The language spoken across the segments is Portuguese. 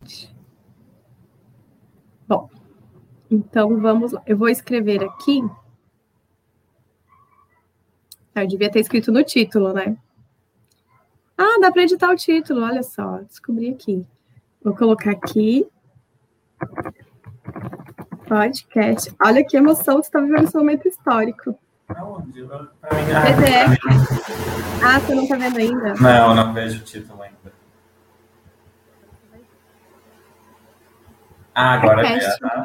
gente. Bom, então vamos lá. Eu vou escrever aqui. Eu devia ter escrito no título, né? Ah, dá para editar o título, olha só. Descobri aqui. Vou colocar aqui. Podcast. Olha que emoção, você está vivendo esse momento histórico. Aonde? PDF. Ah, você não está vendo ainda? Não vejo o título ainda. Agora é.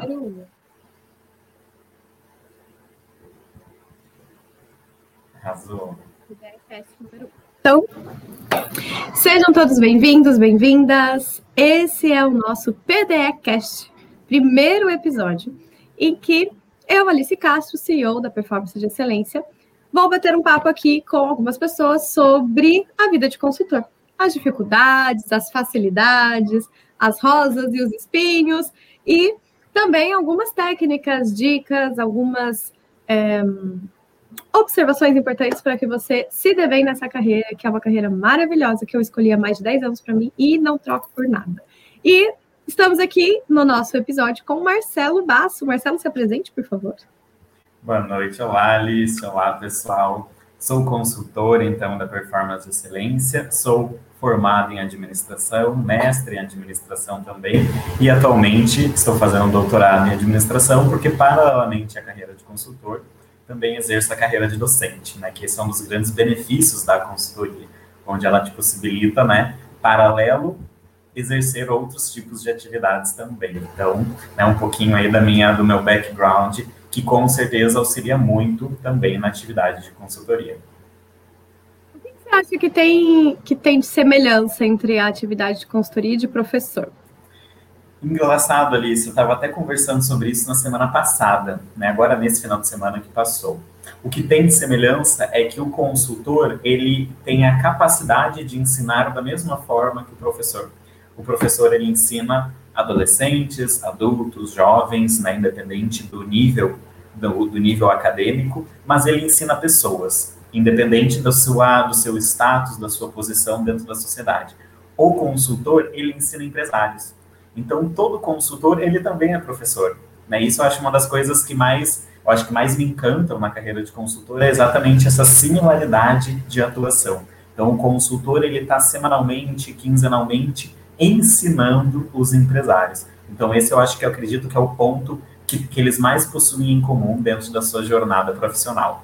Arrasou. Então, sejam todos bem-vindos, bem-vindas. Esse é o nosso PDEcast, primeiro episódio, em que eu, Alice Castro, CEO da Performance de Excelência, vou bater um papo aqui com algumas pessoas sobre a vida de consultor. As dificuldades, as facilidades, as rosas e os espinhos, e também algumas técnicas, dicas, algumas observações importantes para que você se dê bem nessa carreira, que é uma carreira maravilhosa, que eu escolhi há mais de 10 anos para mim e não troco por nada. E estamos aqui no nosso episódio com o Marcelo Basso. Marcelo, se apresente, por favor. Boa noite, olá Alice, olá pessoal. Sou consultor, então, da Performance Excelência, sou formado em administração, mestre em administração também, e atualmente estou fazendo um doutorado em administração, porque paralelamente à carreira de consultor, também exerço a carreira de docente, né, que esse é um dos grandes benefícios da consultoria, onde ela te possibilita, né, paralelo, exercer outros tipos de atividades também. Então, né, um pouquinho aí do meu background, que com certeza auxilia muito também na atividade de consultoria. O que você acha que tem de semelhança entre a atividade de consultoria e de professor? Engraçado, Alice, eu estava até conversando sobre isso na semana passada, né? Agora nesse final de semana que passou. O que tem de semelhança é que o consultor, ele tem a capacidade de ensinar da mesma forma que o professor. O professor, ele ensina adolescentes, adultos, jovens, né? Independente do nível acadêmico, mas ele ensina pessoas, independente do seu status, da sua posição dentro da sociedade. O consultor, ele ensina empresários. Então, todo consultor, ele também é professor, né? Isso eu acho uma das coisas que mais me encantam na carreira de consultor, é exatamente essa similaridade de atuação. Então, o consultor, ele está semanalmente, quinzenalmente, ensinando os empresários. Então, esse eu acredito que é o ponto que eles mais possuem em comum dentro da sua jornada profissional.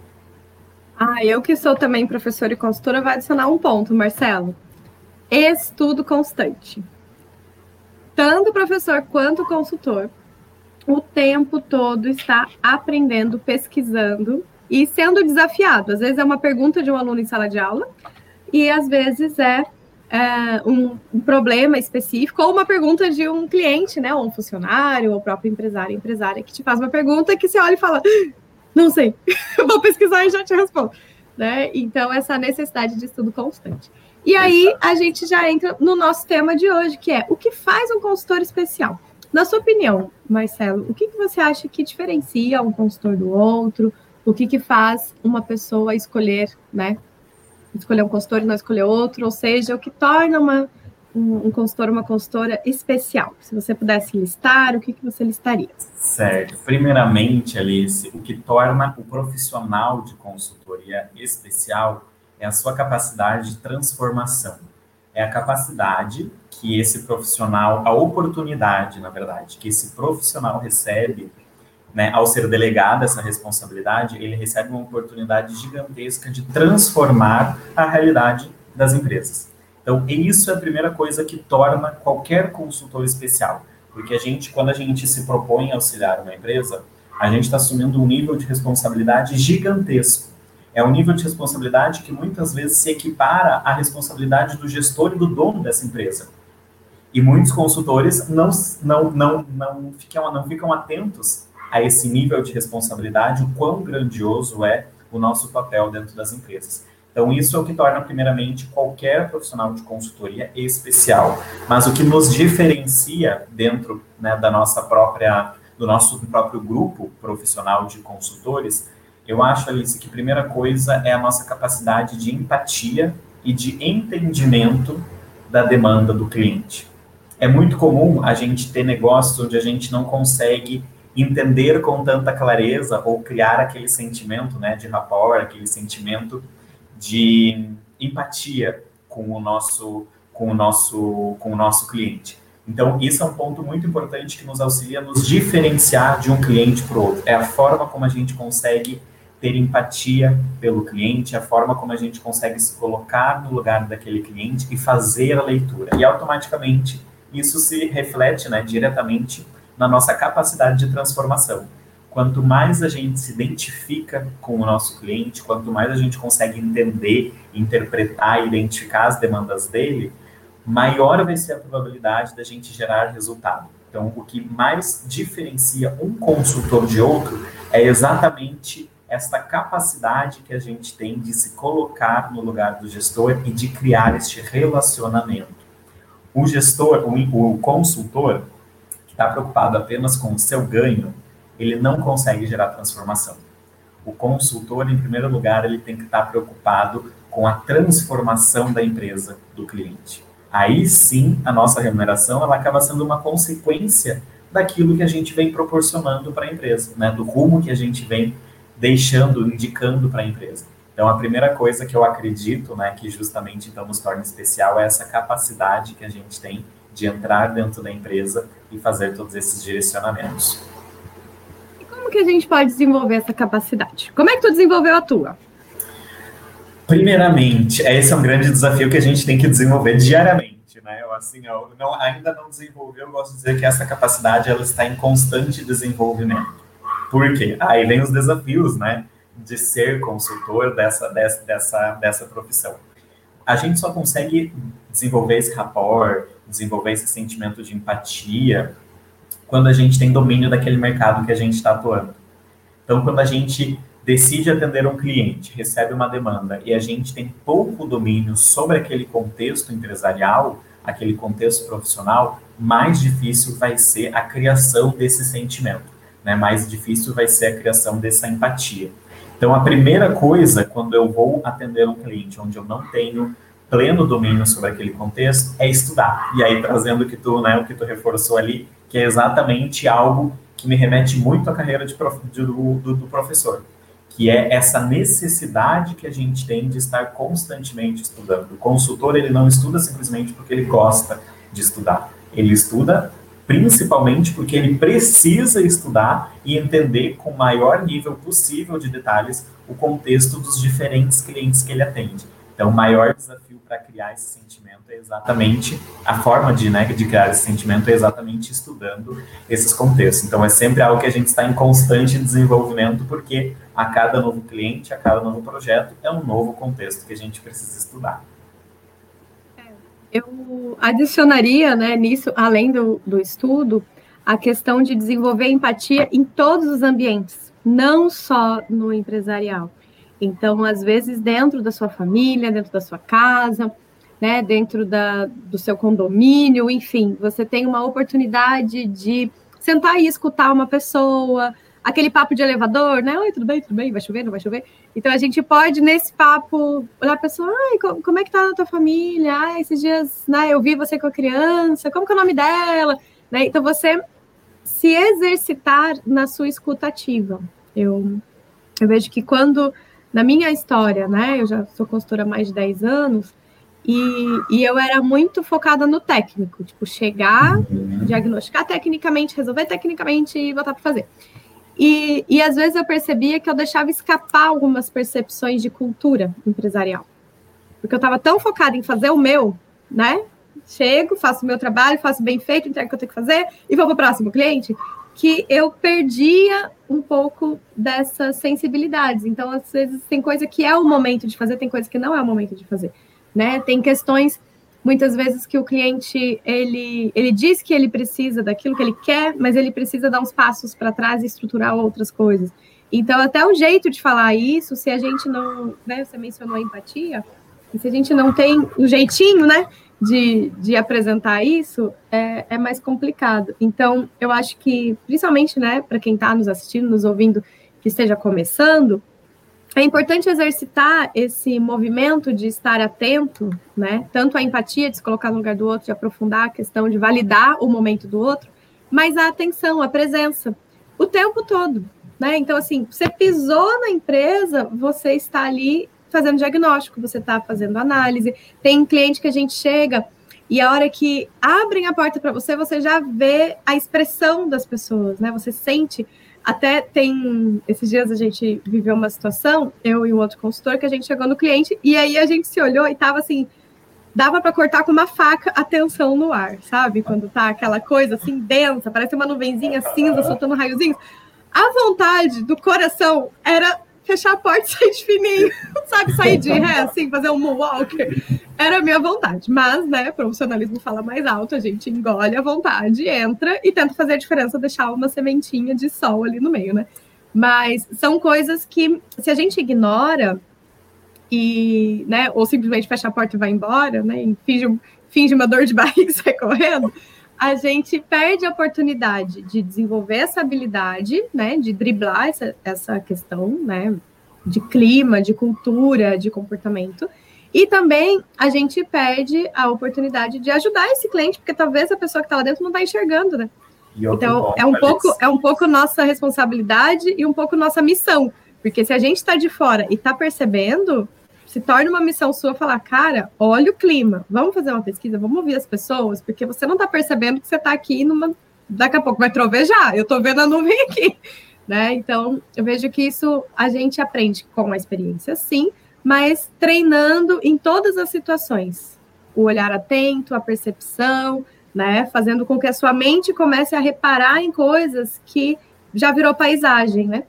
Eu que sou também professora e consultora, vai adicionar um ponto, Marcelo. Estudo constante. Tanto professor quanto consultor, o tempo todo está aprendendo, pesquisando e sendo desafiado. Às vezes é uma pergunta de um aluno em sala de aula e às vezes é um problema específico ou uma pergunta de um cliente, né, ou um funcionário, ou o próprio empresária que te faz uma pergunta que você olha e fala, não sei, eu vou pesquisar e já te respondo. Né? Então, essa necessidade de estudo constante. E aí, a gente já entra no nosso tema de hoje, que é o que faz um consultor especial? Na sua opinião, Marcelo, o que você acha que diferencia um consultor do outro? O que faz uma pessoa escolher, né? Escolher um consultor e não escolher outro? Ou seja, o que torna um consultor, uma consultora especial? Se você pudesse listar, o que você listaria? Certo. Primeiramente, Alice, o que torna o profissional de consultoria especial é a sua capacidade de transformação. É a capacidade que esse profissional, a oportunidade, na verdade, que esse profissional recebe, né, ao ser delegado essa responsabilidade, ele recebe uma oportunidade gigantesca de transformar a realidade das empresas. Então, isso é a primeira coisa que torna qualquer consultor especial. Porque quando a gente se propõe a auxiliar uma empresa, a gente está assumindo um nível de responsabilidade gigantesco. É um nível de responsabilidade que muitas vezes se equipara à responsabilidade do gestor e do dono dessa empresa. E muitos consultores não ficam atentos a esse nível de responsabilidade, o quão grandioso é o nosso papel dentro das empresas. Então, isso é o que torna, primeiramente, qualquer profissional de consultoria especial. Mas o que nos diferencia dentro, né, do nosso próprio grupo profissional de consultores, eu acho, Alice, que a primeira coisa é a nossa capacidade de empatia e de entendimento da demanda do cliente. É muito comum a gente ter negócios onde a gente não consegue entender com tanta clareza ou criar aquele sentimento, né, de rapport, aquele sentimento de empatia com o nosso cliente. Então, isso é um ponto muito importante que nos auxilia a nos diferenciar de um cliente para o outro. É a forma como a gente consegue ter empatia pelo cliente, a forma como a gente consegue se colocar no lugar daquele cliente e fazer a leitura. E automaticamente isso se reflete, né, diretamente na nossa capacidade de transformação. Quanto mais a gente se identifica com o nosso cliente, quanto mais a gente consegue entender, interpretar e identificar as demandas dele, maior vai ser a probabilidade da gente gerar resultado. Então, o que mais diferencia um consultor de outro é exatamente esta capacidade que a gente tem de se colocar no lugar do gestor e de criar este relacionamento. O gestor, o consultor, que está preocupado apenas com o seu ganho, ele não consegue gerar transformação. O consultor, em primeiro lugar, ele tem que estar preocupado com a transformação da empresa do cliente. Aí sim, a nossa remuneração ela acaba sendo uma consequência daquilo que a gente vem proporcionando para a empresa, né? Do rumo que a gente vem deixando, indicando para a empresa. Então, a primeira coisa que eu acredito, né, que justamente então nos torna especial é essa capacidade que a gente tem de entrar dentro da empresa e fazer todos esses direcionamentos. E como que a gente pode desenvolver essa capacidade? Como é que tu desenvolveu a tua? Primeiramente, esse é um grande desafio que a gente tem que desenvolver diariamente, né? Ainda não desenvolvi, eu gosto de dizer que essa capacidade ela está em constante desenvolvimento. Por quê? Aí vem os desafios, né, de ser consultor dessa profissão. A gente só consegue desenvolver esse rapport, desenvolver esse sentimento de empatia, quando a gente tem domínio daquele mercado que a gente está atuando. Então, quando a gente decide atender um cliente, recebe uma demanda e a gente tem pouco domínio sobre aquele contexto empresarial, aquele contexto profissional, mais difícil vai ser a criação desse sentimento, né? Mais difícil vai ser a criação dessa empatia. Então, a primeira coisa, quando eu vou atender um cliente onde eu não tenho pleno domínio sobre aquele contexto, é estudar. E aí, trazendo o que tu reforçou ali, que é exatamente algo que me remete muito à carreira do professor, que é essa necessidade que a gente tem de estar constantemente estudando. O consultor, ele não estuda simplesmente porque ele gosta de estudar. Ele estuda principalmente porque ele precisa estudar e entender com o maior nível possível de detalhes o contexto dos diferentes clientes que ele atende. Então, o maior desafio para criar esse sentimento é exatamente a forma de criar esse sentimento é exatamente estudando esses contextos. Então, é sempre algo que a gente está em constante desenvolvimento, porque a cada novo cliente, a cada novo projeto, é um novo contexto que a gente precisa estudar. Eu adicionaria, né, nisso, além do estudo, a questão de desenvolver empatia em todos os ambientes, não só no empresarial. Então, às vezes, dentro da sua família, dentro da sua casa, né, dentro do seu condomínio, enfim, você tem uma oportunidade de sentar e escutar uma pessoa, aquele papo de elevador, né? Oi, tudo bem, vai chover, não vai chover? Então, a gente pode, nesse papo, olhar a pessoa, como é que tá a tua família? Esses dias, né, eu vi você com a criança, como que é o nome dela? Né? Então, você se exercitar na sua escuta ativa. Eu vejo que quando, na minha história, né, eu já sou consultora há mais de 10 anos, e eu era muito focada no técnico, tipo, chegar, diagnosticar tecnicamente, resolver tecnicamente e botar para fazer. E às vezes eu percebia que eu deixava escapar algumas percepções de cultura empresarial. Porque eu estava tão focada em fazer o meu, né? Chego, faço o meu trabalho, faço bem feito, entrego o que eu tenho que fazer e vou para o próximo cliente, que eu perdia um pouco dessas sensibilidades. Então, às vezes, tem coisa que é o momento de fazer, tem coisa que não é o momento de fazer, né? Tem questões, muitas vezes, que o cliente, ele diz que ele precisa daquilo que ele quer, mas ele precisa dar uns passos para trás e estruturar outras coisas. Então, até o jeito de falar isso, se a gente não, né, você mencionou a empatia, e se a gente não tem um jeitinho, né, de apresentar isso, é mais complicado. Então, eu acho que, principalmente, né, para quem está nos assistindo, nos ouvindo, que esteja começando, é importante exercitar esse movimento de estar atento, né? Tanto a empatia, de se colocar no lugar do outro, de aprofundar a questão, de validar o momento do outro, mas a atenção, a presença, o tempo todo, né? Então, assim, você pisou na empresa, você está ali fazendo diagnóstico, você está fazendo análise. Tem cliente que a gente chega e a hora que abrem a porta para você, você já vê a expressão das pessoas, né? Você sente. Até esses dias a gente viveu uma situação, eu e um outro consultor, que a gente chegou no cliente e aí a gente se olhou e tava assim, dava para cortar com uma faca a tensão no ar, sabe? Quando tá aquela coisa assim densa, parece uma nuvenzinha cinza soltando raiozinhos. A vontade do coração era fechar a porta e sair de fininho, sabe? Sair de ré, assim, fazer um moonwalker. Era a minha vontade. Mas, né, profissionalismo fala mais alto, a gente engole a vontade, entra e tenta fazer a diferença, deixar uma sementinha de sol ali no meio, né? Mas são coisas que, se a gente ignora e, né, ou simplesmente fecha a porta e vai embora, né, e finge uma dor de barriga e sai correndo, a gente perde a oportunidade de desenvolver essa habilidade, né, de driblar essa questão, né, de clima, de cultura, de comportamento, e também a gente perde a oportunidade de ajudar esse cliente, porque talvez a pessoa que está lá dentro não está enxergando, né? Então, é um pouco nossa responsabilidade e um pouco nossa missão, porque se a gente está de fora e está percebendo, se torna uma missão sua falar, cara, olha o clima, vamos fazer uma pesquisa, vamos ouvir as pessoas, porque você não está percebendo que você está aqui daqui a pouco vai trovejar, eu estou vendo a nuvem aqui, né? Então, eu vejo que isso a gente aprende com a experiência, sim, mas treinando em todas as situações. O olhar atento, a percepção, né? Fazendo com que a sua mente comece a reparar em coisas que já virou paisagem, né?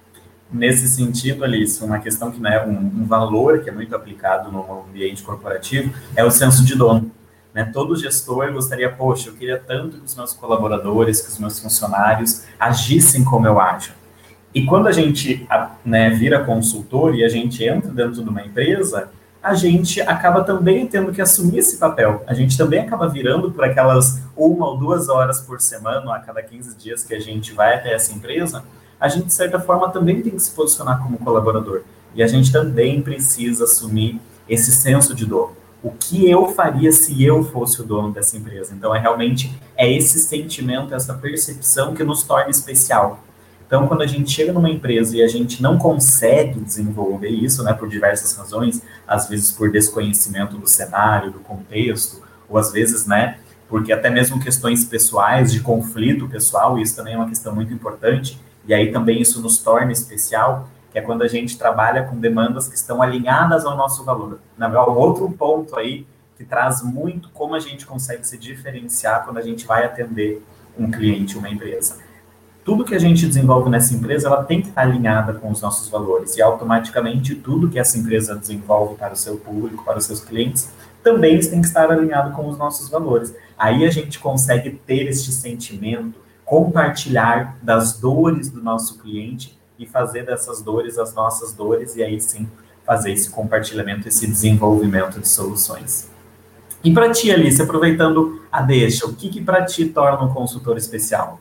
Nesse sentido, Alice, uma questão que não é um valor que é muito aplicado no ambiente corporativo é o senso de dono. Né? Todo gestor gostaria, poxa, eu queria tanto que os meus colaboradores, que os meus funcionários agissem como eu ajo. E quando a gente, né, vira consultor e a gente entra dentro de uma empresa, a gente acaba também tendo que assumir esse papel. A gente também acaba virando por aquelas 1 ou 2 horas por semana, a cada 15 dias que a gente vai até essa empresa, a gente, de certa forma, também tem que se posicionar como colaborador. E a gente também precisa assumir esse senso de dor. O que eu faria se eu fosse o dono dessa empresa? Então, realmente esse sentimento, essa percepção que nos torna especial. Então, quando a gente chega numa empresa e a gente não consegue desenvolver isso, né, por diversas razões, às vezes por desconhecimento do cenário, do contexto, ou às vezes, né, porque até mesmo questões pessoais, de conflito pessoal, isso também é uma questão muito importante, e aí também isso nos torna especial, que é quando a gente trabalha com demandas que estão alinhadas ao nosso valor. Outro ponto aí que traz muito como a gente consegue se diferenciar quando a gente vai atender um cliente, uma empresa. Tudo que a gente desenvolve nessa empresa, ela tem que estar alinhada com os nossos valores, e automaticamente tudo que essa empresa desenvolve para o seu público, para os seus clientes, também tem que estar alinhado com os nossos valores. Aí a gente consegue ter este sentimento, compartilhar das dores do nosso cliente e fazer dessas dores as nossas dores, e aí sim fazer esse compartilhamento, esse desenvolvimento de soluções. E para ti, Alice, aproveitando a deixa, o que para ti torna um consultor especial?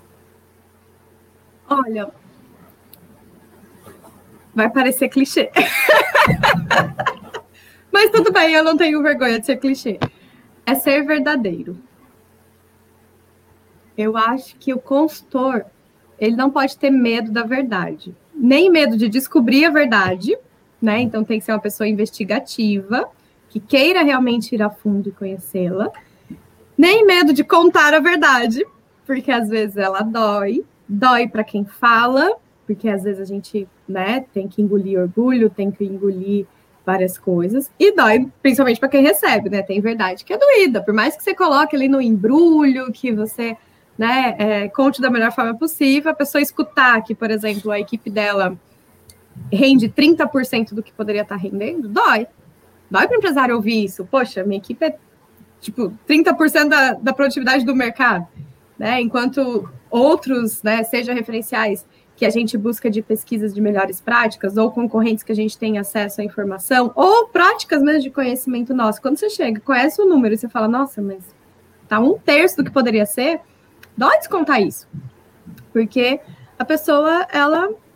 Olha, vai parecer clichê. Mas tudo bem, eu não tenho vergonha de ser clichê. É ser verdadeiro. Eu acho que o consultor, ele não pode ter medo da verdade. Nem medo de descobrir a verdade, né? Então tem que ser uma pessoa investigativa, que queira realmente ir a fundo e conhecê-la. Nem medo de contar a verdade, porque às vezes ela dói para quem fala, porque às vezes a gente, né, tem que engolir orgulho, tem que engolir várias coisas, e dói principalmente para quem recebe, né? Tem verdade que é doída, por mais que você coloque ali no embrulho, que você, né, conte da melhor forma possível, a pessoa escutar que, por exemplo, a equipe dela rende 30% do que poderia estar rendendo, dói. Dói para o empresário ouvir isso. Poxa, minha equipe é tipo 30% da produtividade do mercado, né? Enquanto outros, né, seja referenciais que a gente busca de pesquisas de melhores práticas, ou concorrentes que a gente tem acesso à informação, ou práticas mesmo de conhecimento nosso. Quando você chega, conhece o número e você fala, nossa, mas tá 1/3 do que poderia ser, dói descontar isso. Porque a pessoa, ela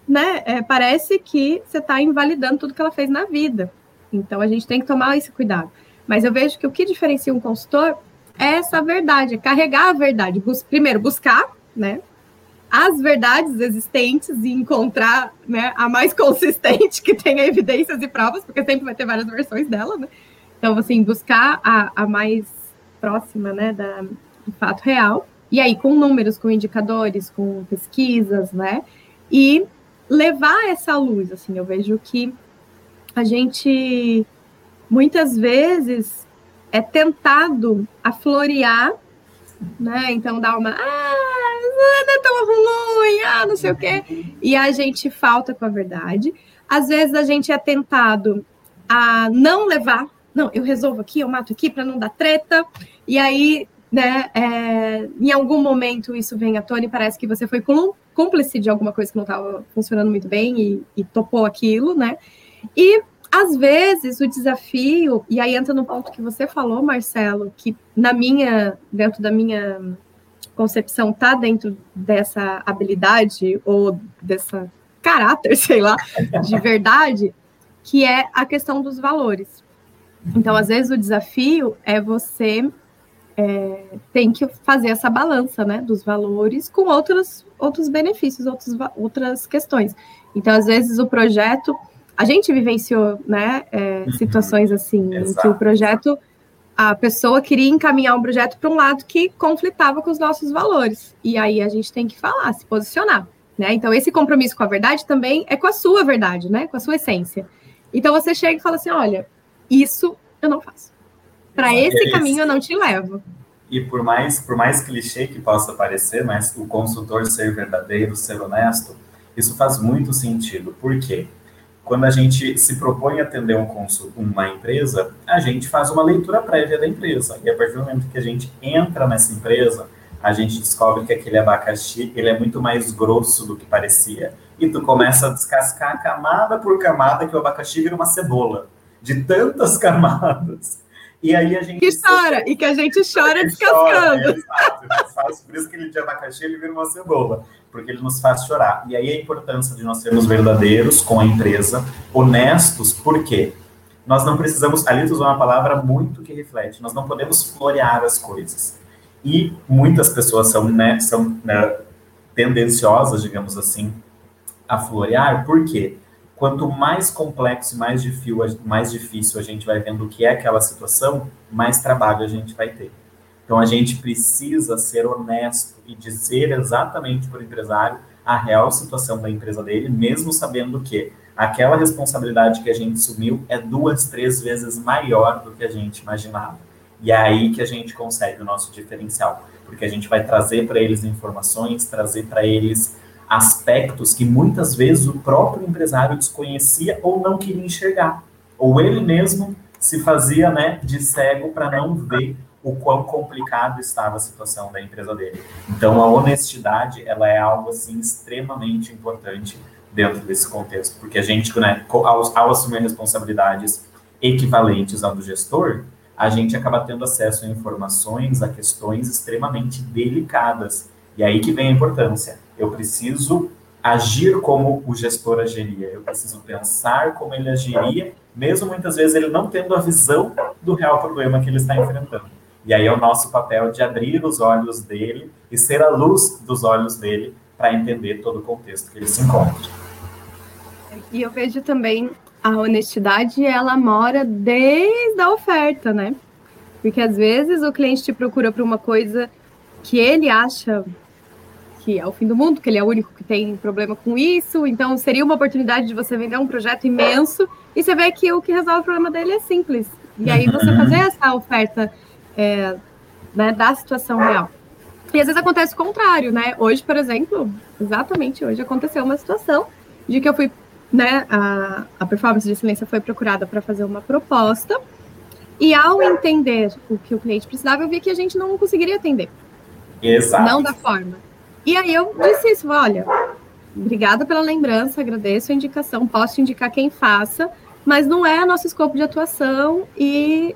né, parece que você está invalidando tudo que ela fez na vida. Então, a gente tem que tomar esse cuidado. Mas eu vejo que o que diferencia um consultor é essa verdade, é carregar a verdade. Primeiro, buscar, né, as verdades existentes e encontrar, né, a mais consistente, que tenha evidências e provas, porque sempre vai ter várias versões dela, né? Então, assim, buscar a mais próxima, né, do fato real. E aí, com números, com indicadores, com pesquisas, né? E levar essa luz, assim, eu vejo que a gente, muitas vezes, é tentado a florear, né? Então, dá uma... não é tão ruim, não sei o quê. E a gente falta com a verdade. Às vezes, a gente é tentado a não levar... Não, eu resolvo aqui, eu mato aqui para não dar treta. E aí, né, em algum momento isso vem à tona e parece que você foi cúmplice de alguma coisa que não estava funcionando muito bem e topou aquilo, né? E, às vezes, o desafio... E aí entra no ponto que você falou, Marcelo, que dentro da minha concepção está dentro dessa habilidade ou dessa caráter, sei lá, de verdade, que é a questão dos valores. Então, às vezes, o desafio é você tem que fazer essa balança, né, dos valores com outros benefícios, outras questões. Então, às vezes, o projeto... A gente vivenciou, né, situações assim, em que o projeto... A pessoa queria encaminhar um projeto para um lado que conflitava com os nossos valores. E aí a gente tem que falar, se posicionar, né? Então, esse compromisso com a verdade também é com a sua verdade, né? Com a sua essência. Então, você chega e fala assim, olha, isso eu não faço. Para esse caminho eu não te levo. E por mais clichê que possa parecer, mas o consultor ser verdadeiro, ser honesto, isso faz muito sentido. Por quê? Quando a gente se propõe a atender uma empresa, a gente faz uma leitura prévia da empresa. E a partir do momento que a gente entra nessa empresa, a gente descobre que aquele abacaxi ele é muito mais grosso do que parecia. E tu começa a descascar camada por camada que o abacaxi vira uma cebola. De tantas camadas. E aí a gente... E que a gente chora descascando. Exato. Por isso que ele de abacaxi ele vira uma cebola. Porque ele nos faz chorar. E aí a importância de nós sermos verdadeiros com a empresa, honestos, por quê? Nós não precisamos... Ali tu usou uma palavra muito que reflete. Nós não podemos florear as coisas. E muitas pessoas são tendenciosas, digamos assim, a florear. Por quê? Quanto mais complexo e mais difícil a gente vai vendo o que é aquela situação, mais trabalho a gente vai ter. Então, a gente precisa ser honesto e dizer exatamente para o empresário a real situação da empresa dele, mesmo sabendo que aquela responsabilidade que a gente assumiu é 2, 3 vezes maior do que a gente imaginava. E é aí que a gente consegue o nosso diferencial, porque a gente vai trazer para eles informações, trazer para eles aspectos que muitas vezes o próprio empresário desconhecia ou não queria enxergar. Ou ele mesmo se fazia, né, de cego para não ver o quão complicado estava a situação da empresa dele. Então, a honestidade, ela é algo, assim, extremamente importante dentro desse contexto, porque a gente, né, ao assumir responsabilidades equivalentes ao do gestor, a gente acaba tendo acesso a informações, a questões extremamente delicadas. E aí que vem a importância. Eu preciso agir como o gestor agiria, eu preciso pensar como ele agiria, mesmo muitas vezes ele não tendo a visão do real problema que ele está enfrentando. E aí é o nosso papel de abrir os olhos dele e ser a luz dos olhos dele para entender todo o contexto que ele se encontra. E eu vejo também a honestidade, ela mora desde a oferta, né? Porque às vezes o cliente te procura por uma coisa que ele acha que é o fim do mundo, que ele é o único que tem problema com isso, então seria uma oportunidade de você vender um projeto imenso e você vê que o que resolve o problema dele é simples. E aí você fazer essa oferta né, da situação real. E às vezes acontece o contrário, né? Hoje, por exemplo, exatamente hoje aconteceu uma situação de que eu fui, né, a performance de excelência foi procurada para fazer uma proposta e ao entender o que o cliente precisava, eu vi que a gente não conseguiria atender. Exato. Não da forma. E aí eu disse isso, olha, obrigada pela lembrança, agradeço a indicação, posso te indicar quem faça, mas não é nosso escopo de atuação e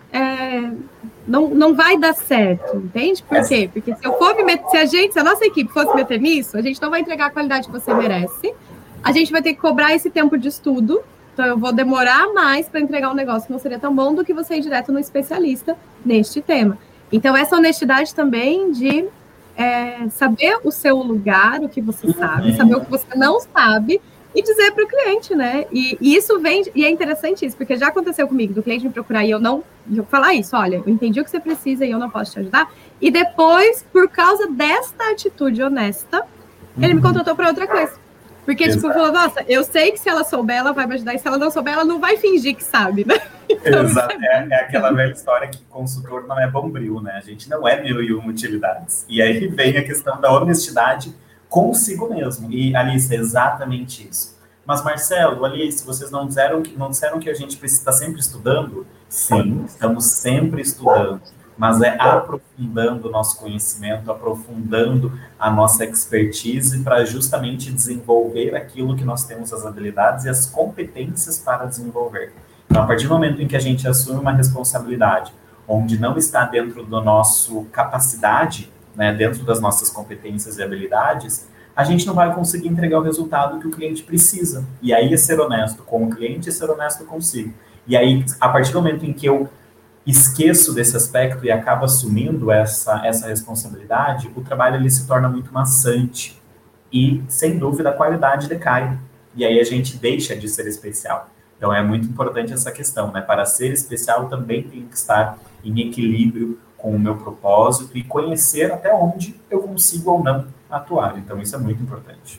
não vai dar certo, entende? Por quê? Porque se eu for me meter, se a nossa equipe fosse meter nisso, a gente não vai entregar a qualidade que você merece a gente vai ter que cobrar esse tempo de estudo. Então, eu vou demorar mais para entregar um negócio que não seria tão bom do que você ir direto no especialista neste tema. Então, essa honestidade também de saber o seu lugar, o que você sabe, saber o que você não sabe e dizer para o cliente, né? E isso vem, e é interessante isso, porque já aconteceu comigo, do cliente me procurar e eu falar isso, olha, eu entendi o que você precisa e eu não posso te ajudar. E depois, por causa desta atitude honesta, ele me contratou para outra coisa. Porque, tipo, falou, nossa, eu sei que se ela souber, ela vai me ajudar, e se ela não souber, ela não vai fingir que sabe, né? Então, exato, é aquela velha história que consultor não é bombril, né? A gente não é 1001 utilidades. E aí vem a questão da honestidade consigo mesmo. E, Alice, é exatamente isso. Mas, Marcelo, Alice, vocês não disseram que a gente precisa estar sempre estudando? Sim, estamos sempre estudando. Mas é aprofundando o nosso conhecimento, aprofundando a nossa expertise para justamente desenvolver aquilo que nós temos as habilidades e as competências para desenvolver. Então, a partir do momento em que a gente assume uma responsabilidade onde não está dentro da nossa capacidade, né, dentro das nossas competências e habilidades, a gente não vai conseguir entregar o resultado que o cliente precisa. E aí é ser honesto com o cliente e ser honesto consigo. E aí, a partir do momento em que eu esqueço desse aspecto e acabo assumindo essa responsabilidade, o trabalho ele se torna muito maçante e, sem dúvida, a qualidade decai. E aí a gente deixa de ser especial. Então, é muito importante essa questão, né? Para ser especial, também tem que estar em equilíbrio com o meu propósito e conhecer até onde eu consigo ou não atuar. Então, isso é muito importante.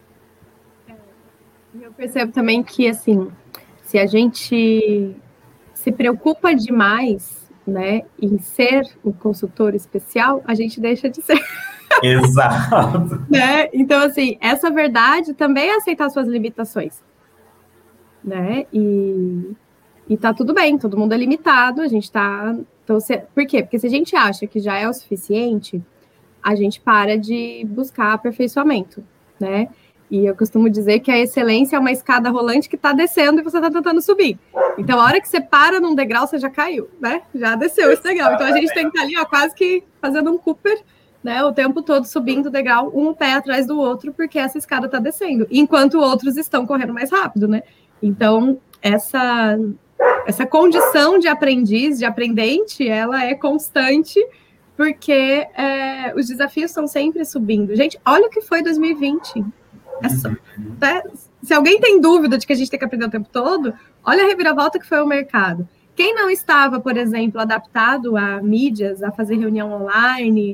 Eu percebo também que, assim, se a gente se preocupa demais, né, em ser o consultor especial, a gente deixa de ser. Exato. Né? Então, assim, essa verdade também é aceitar suas limitações. Né? E tá tudo bem, todo mundo é limitado, a gente tá... Então, por quê? Porque se a gente acha que já é o suficiente, a gente para de buscar aperfeiçoamento, né? E eu costumo dizer que a excelência é uma escada rolante que está descendo e você está tentando subir. Então, a hora que você para num degrau, você já caiu, né? Já desceu esse degrau. Então, a gente tem que estar ali, ó, quase que fazendo um Cooper, né? O tempo todo subindo o degrau, um pé atrás do outro, porque essa escada está descendo, enquanto outros estão correndo mais rápido, né? Então, essa condição de aprendiz, de aprendente, ela é constante, porque os desafios estão sempre subindo. Gente, olha o que foi 2020. Se alguém tem dúvida de que a gente tem que aprender o tempo todo, olha a reviravolta que foi o mercado. Quem não estava, por exemplo, adaptado a mídias, a fazer reunião online,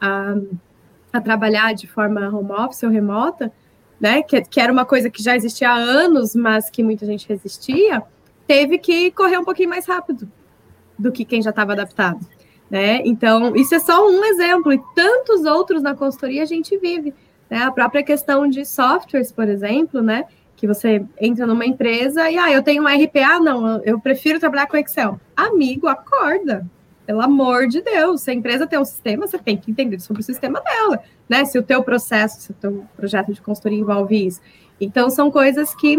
a trabalhar de forma home office ou remota, né, que era uma coisa que já existia há anos, mas que muita gente resistia, teve que correr um pouquinho mais rápido do que quem já estava adaptado. Né? Então, isso é só um exemplo, e tantos outros na consultoria a gente vive. Né? A própria questão de softwares, por exemplo, né? Que você entra numa empresa e, eu tenho um RPA, não, eu prefiro trabalhar com Excel. Amigo, acorda, pelo amor de Deus, se a empresa tem um sistema, você tem que entender sobre o sistema dela, né? Se o teu processo, se o teu projeto de consultoria envolve isso. Então, são coisas que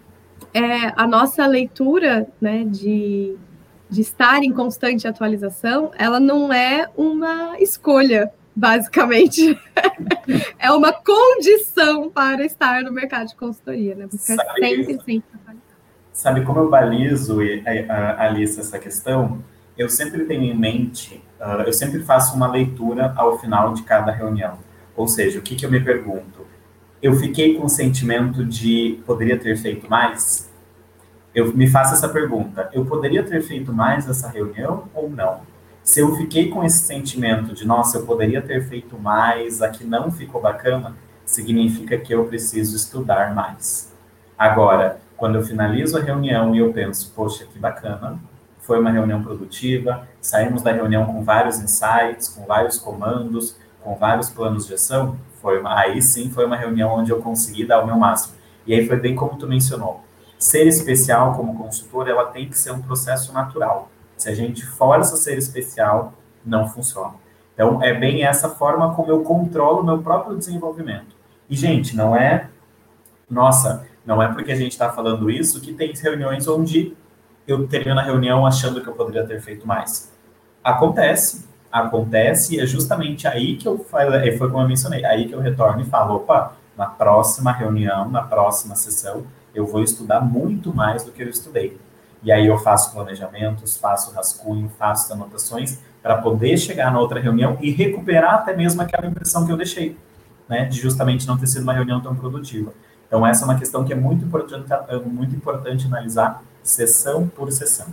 a nossa leitura, né, de estar em constante atualização, ela não é uma escolha, basicamente. É uma condição para estar no mercado de consultoria, né? Porque sempre. Sabe como eu balizo, Alice, essa questão? Eu sempre tenho em mente, eu sempre faço uma leitura ao final de cada reunião. Ou seja, o que eu me pergunto? Eu fiquei com o sentimento de poderia ter feito mais? Eu me faço essa pergunta, eu poderia ter feito mais essa reunião ou não? Se eu fiquei com esse sentimento de, nossa, eu poderia ter feito mais, aqui não ficou bacana, significa que eu preciso estudar mais. Agora, quando eu finalizo a reunião e eu penso, poxa, que bacana, foi uma reunião produtiva, saímos da reunião com vários insights, com vários comandos, com vários planos de ação, aí sim foi uma reunião onde eu consegui dar o meu máximo. E aí foi bem como tu mencionou. Ser especial como consultor, ela tem que ser um processo natural. Se a gente força ser especial, não funciona. Então, é bem essa forma como eu controlo o meu próprio desenvolvimento. E, gente, não é porque a gente está falando isso que tem reuniões onde eu termino a reunião achando que eu poderia ter feito mais. Acontece, e é justamente aí que foi como eu mencionei, aí que eu retorno e falo, opa, na próxima reunião, na próxima sessão, eu vou estudar muito mais do que eu estudei. E aí eu faço planejamentos, faço rascunho, faço anotações para poder chegar na outra reunião e recuperar até mesmo aquela impressão que eu deixei, né, de justamente não ter sido uma reunião tão produtiva. Então essa é uma questão que é muito importante analisar sessão por sessão.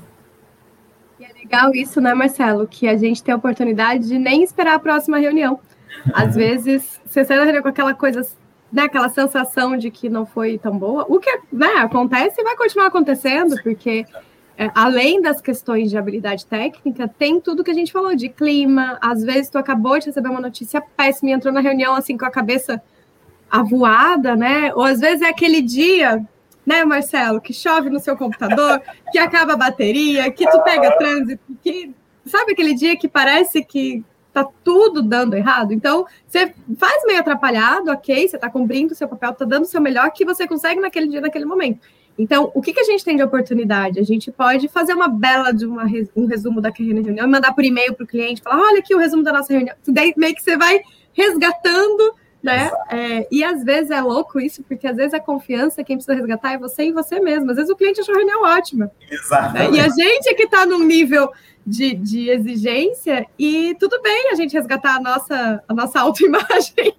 E é legal isso, né, Marcelo, que a gente tem a oportunidade de nem esperar a próxima reunião. Às vezes, você sai da reunião com aquela coisa, né, aquela sensação de que não foi tão boa, o que, né, acontece e vai continuar acontecendo, porque além das questões de habilidade técnica, tem tudo que a gente falou, de clima. Às vezes, tu acabou de receber uma notícia péssima e entrou na reunião assim com a cabeça avoada, né? Ou às vezes é aquele dia, né, Marcelo, que chove no seu computador, que acaba a bateria, que tu pega trânsito, que sabe aquele dia que parece que tá tudo dando errado? Então, você faz meio atrapalhado, ok, você tá cumprindo o seu papel, tá dando o seu melhor que você consegue naquele dia, naquele momento. Então, o que a gente tem de oportunidade? A gente pode fazer uma bela de um resumo daquela reunião e mandar por e-mail para o cliente, falar, olha aqui o resumo da nossa reunião. Daí meio que você vai resgatando, né? E às vezes é louco isso, porque às vezes a confiança, quem precisa resgatar é você e você mesmo. Às vezes o cliente achou a reunião ótima. Exato. Né? E a gente é que está num nível de exigência e tudo bem a gente resgatar a nossa autoimagem,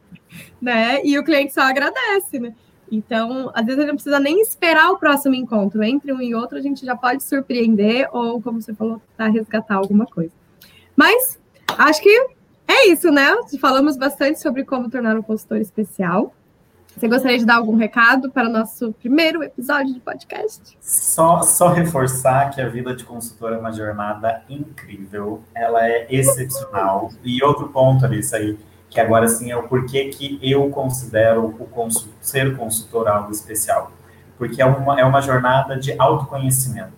né? E o cliente só agradece, né? Então, às vezes a gente não precisa nem esperar o próximo encontro. Entre um e outro, a gente já pode surpreender ou, como você falou, resgatar alguma coisa. Mas, acho que é isso, né? Falamos bastante sobre como tornar um consultor especial. Você gostaria de dar algum recado para o nosso primeiro episódio de podcast? Só reforçar que a vida de consultor é uma jornada incrível. Ela é excepcional. E outro ponto, Alice, aí, que agora sim é o porquê que eu considero ser consultor algo especial. Porque é uma jornada de autoconhecimento.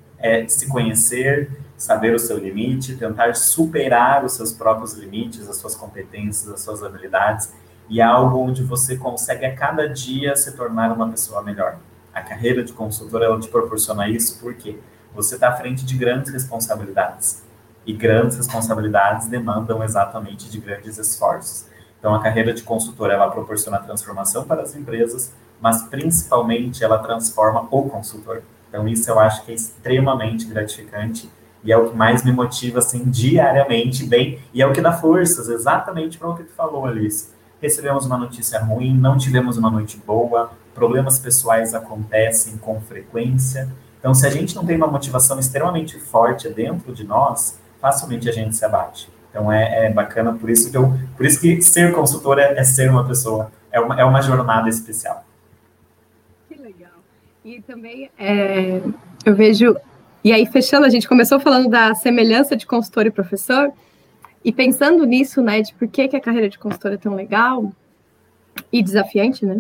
É se conhecer, saber o seu limite, tentar superar os seus próprios limites, as suas competências, as suas habilidades, e é algo onde você consegue a cada dia se tornar uma pessoa melhor. A carreira de consultor, ela te proporciona isso porque você está à frente de grandes responsabilidades. E grandes responsabilidades demandam exatamente de grandes esforços. Então, a carreira de consultor, ela proporciona transformação para as empresas, mas principalmente ela transforma o consultor. Então, isso eu acho que é extremamente gratificante e é o que mais me motiva, assim, diariamente, bem, e é o que dá forças, exatamente para o que tu falou, Alice. Recebemos uma notícia ruim, não tivemos uma noite boa, problemas pessoais acontecem com frequência. Então, se a gente não tem uma motivação extremamente forte dentro de nós, facilmente a gente se abate. Então, é bacana, por isso que ser consultor é ser uma pessoa, é uma jornada especial. Que legal. E também eu vejo, e aí fechando, a gente começou falando da semelhança de consultor e professor, e pensando nisso, né, de por que a carreira de consultor é tão legal e desafiante, né,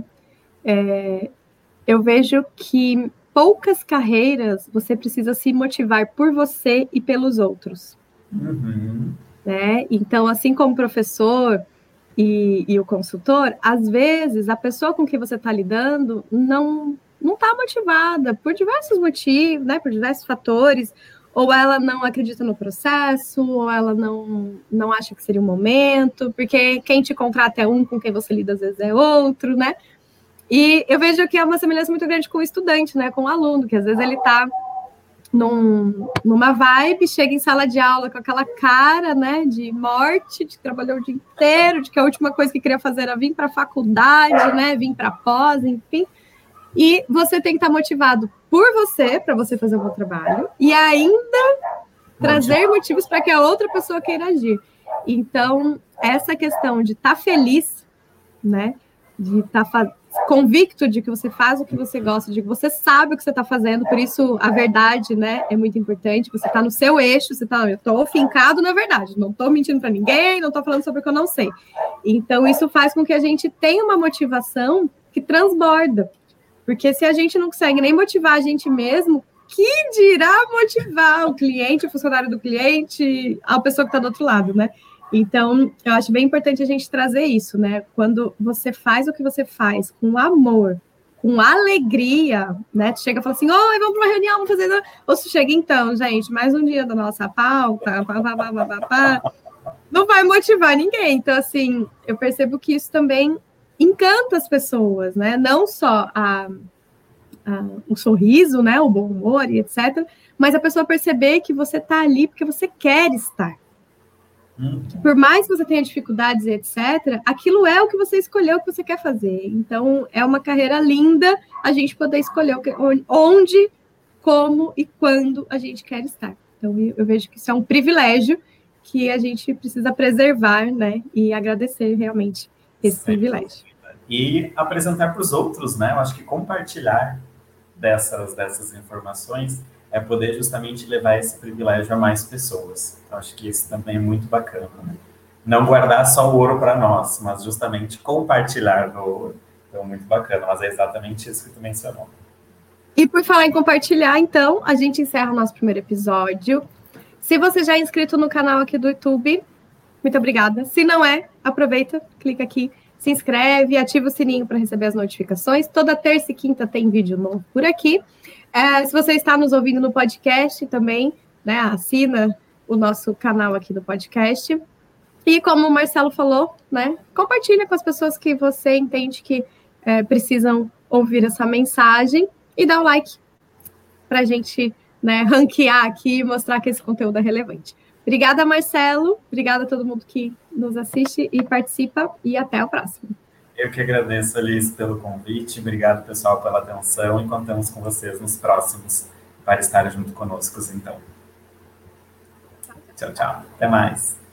eu vejo que poucas carreiras você precisa se motivar por você e pelos outros. Uhum. Né? Então, assim como o professor e o consultor, às vezes a pessoa com quem você está lidando não está motivada por diversos motivos, né? Por diversos fatores, ou ela não acredita no processo, ou ela não acha que seria o momento, porque quem te contrata é um, com quem você lida às vezes é outro, né? E eu vejo que é uma semelhança muito grande com o estudante, né? Com o aluno, que às vezes ele está numa vibe, chega em sala de aula com aquela cara, né, de morte, de que trabalhou o dia inteiro, de que a última coisa que queria fazer era vir para a faculdade, né, vir para pós, enfim. E você tem que estar motivado por você, para você fazer o bom trabalho, e ainda trazer motivos para que a outra pessoa queira agir. Então, essa questão de estar feliz, né, de estar convicto de que você faz o que você gosta, de que você sabe o que você está fazendo, por isso a verdade, né, é muito importante, você está no seu eixo, eu estou fincado na verdade, não estou mentindo para ninguém, não estou falando sobre o que eu não sei. Então, isso faz com que a gente tenha uma motivação que transborda, porque se a gente não consegue nem motivar a gente mesmo, que dirá motivar o cliente, o funcionário do cliente, a pessoa que está do outro lado, né? Então, eu acho bem importante a gente trazer isso, né? Quando você faz o que você faz com amor, com alegria, né? Tu chega e fala assim, oi, vamos para uma reunião, vamos fazer... Ou se chega, então, gente, mais um dia da nossa pauta, não vai motivar ninguém. Então, assim, eu percebo que isso também encanta as pessoas, né? Não só o sorriso, né? O bom humor e etc. Mas a pessoa perceber que você está ali porque você quer estar. Que por mais que você tenha dificuldades e etc., aquilo é o que você escolheu, o que você quer fazer. Então, é uma carreira linda a gente poder escolher onde, como e quando a gente quer estar. Então, eu vejo que isso é um privilégio que a gente precisa preservar, né? E agradecer realmente esse privilégio. E apresentar para os outros, né? Eu acho que compartilhar dessas informações é poder justamente levar esse privilégio a mais pessoas. Eu acho que isso também é muito bacana, né? Não guardar só o ouro para nós, mas justamente compartilhar do ouro. Então, muito bacana, mas é exatamente isso que tu mencionou. E por falar em compartilhar, então, a gente encerra o nosso primeiro episódio. Se você já é inscrito no canal aqui do YouTube, muito obrigada. Se não é, aproveita, clica aqui, se inscreve, ativa o sininho para receber as notificações. Toda terça e quinta tem vídeo novo por aqui. Se você está nos ouvindo no podcast também, né, assina o nosso canal aqui do podcast. E como o Marcelo falou, né, compartilha com as pessoas que você entende que precisam ouvir essa mensagem e dá o like para a gente, né, ranquear aqui e mostrar que esse conteúdo é relevante. Obrigada, Marcelo. Obrigada a todo mundo que nos assiste e participa. E até o próximo. Eu que agradeço, Alice, pelo convite. Obrigado, pessoal, pela atenção. E contamos com vocês nos próximos para estarem junto conosco, então. Tchau, tchau. Até mais.